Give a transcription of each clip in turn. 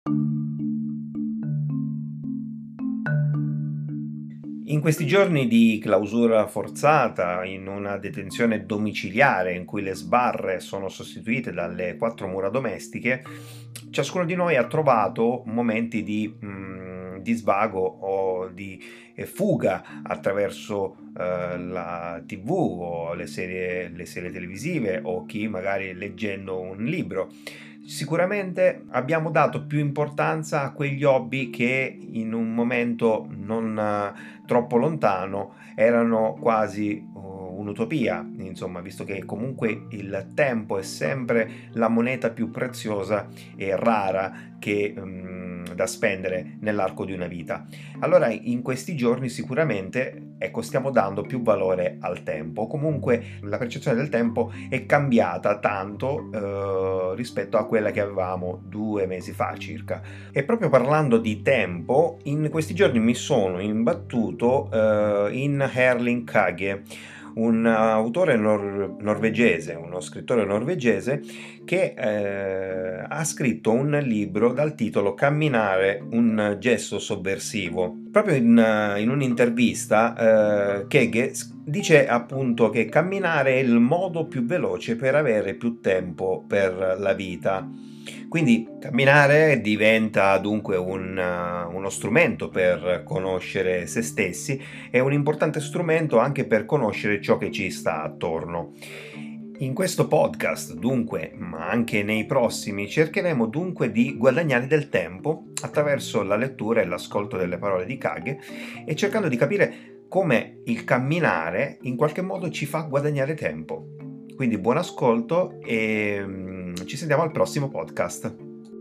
In questi giorni di clausura forzata, in una detenzione domiciliare in cui le sbarre sono sostituite dalle quattro mura domestiche, ciascuno di noi ha trovato momenti di svago o di fuga attraverso la TV o le serie televisive o chi magari leggendo un libro. Sicuramente abbiamo dato più importanza a quegli hobby che in un momento non troppo lontano erano quasi un'utopia, insomma, visto che comunque il tempo è sempre la moneta più preziosa e rara che da spendere nell'arco di una vita. Allora in questi giorni sicuramente stiamo dando più valore al tempo. Comunque la percezione del tempo è cambiata tanto rispetto a quella che avevamo 2 mesi fa circa. E proprio parlando di tempo, in questi giorni mi sono imbattuto in Erling Kagge, un autore norvegese, uno scrittore norvegese che ha scritto un libro dal titolo Camminare, un gesto sovversivo. Proprio in un'intervista Kagge dice appunto che camminare è il modo più veloce per avere più tempo per la vita. Quindi camminare diventa dunque uno strumento per conoscere se stessi e un importante strumento anche per conoscere ciò che ci sta attorno. In questo podcast, dunque, ma anche nei prossimi, cercheremo dunque di guadagnare del tempo attraverso la lettura e l'ascolto delle parole di Kagge e cercando di capire come il camminare in qualche modo ci fa guadagnare tempo. Quindi buon ascolto e ci sentiamo al prossimo podcast.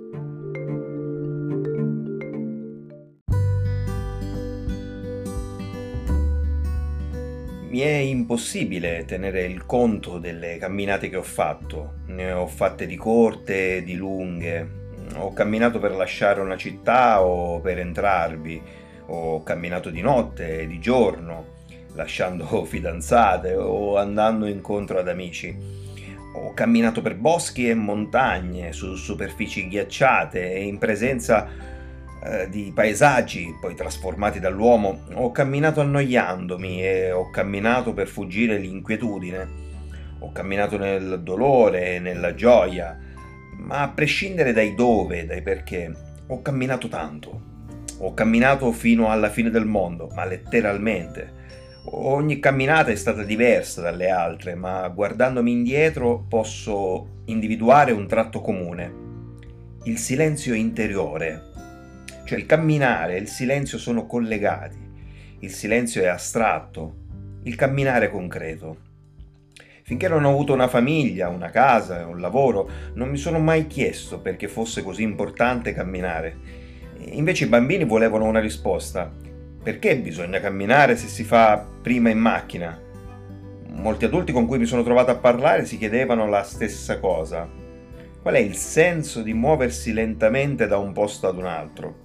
Mi è impossibile tenere il conto delle camminate che ho fatto. Ne ho fatte di corte, di lunghe. Ho camminato per lasciare una città o per entrarvi. Ho camminato di notte, di giorno, lasciando fidanzate o andando incontro ad amici. Ho camminato per boschi e montagne, su superfici ghiacciate e in presenza di paesaggi poi trasformati dall'uomo. Ho camminato annoiandomi e ho camminato per fuggire l'inquietudine. Ho camminato nel dolore e nella gioia, ma a prescindere dai dove, dai perché, ho camminato tanto. Ho camminato fino alla fine del mondo, ma letteralmente. Ogni camminata è stata diversa dalle altre, ma guardandomi indietro posso individuare un tratto comune: il silenzio interiore. Cioè il camminare e il silenzio sono collegati. Il silenzio è astratto, il camminare è concreto. Finché non ho avuto una famiglia, una casa, un lavoro, non mi sono mai chiesto perché fosse così importante camminare. Invece i bambini volevano una risposta. Perché bisogna camminare se si fa prima in macchina? Molti adulti con cui mi sono trovato a parlare si chiedevano la stessa cosa. Qual è il senso di muoversi lentamente da un posto ad un altro?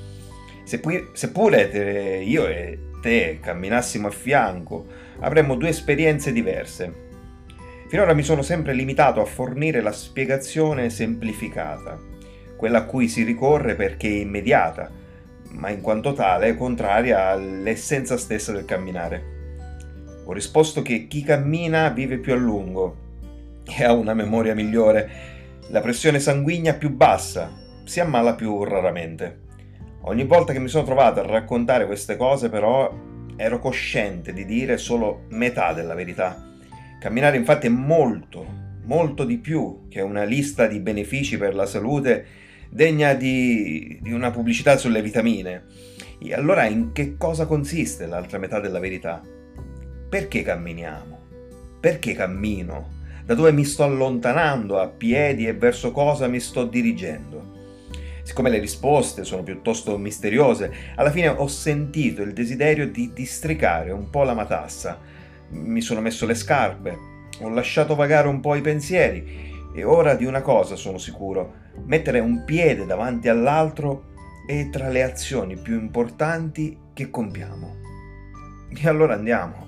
Seppure io e te camminassimo a fianco, avremmo due esperienze diverse. Finora mi sono sempre limitato a fornire la spiegazione semplificata, quella a cui si ricorre perché è immediata, ma in quanto tale è contraria all'essenza stessa del camminare. Ho risposto che chi cammina vive più a lungo e ha una memoria migliore, la pressione sanguigna più bassa, si ammala più raramente. Ogni volta che mi sono trovato a raccontare queste cose, però, ero cosciente di dire solo metà della verità. Camminare infatti è molto, molto di più che una lista di benefici per la salute degna di una pubblicità sulle vitamine. E allora in che cosa consiste l'altra metà della verità? Perché camminiamo? Perché cammino? Da dove mi sto allontanando a piedi e verso cosa mi sto dirigendo? Siccome le risposte sono piuttosto misteriose, alla fine ho sentito il desiderio di districare un po' la matassa. Mi sono messo le scarpe, ho lasciato vagare un po' i pensieri e ora di una cosa sono sicuro: mettere un piede davanti all'altro è tra le azioni più importanti che compiamo. E allora andiamo.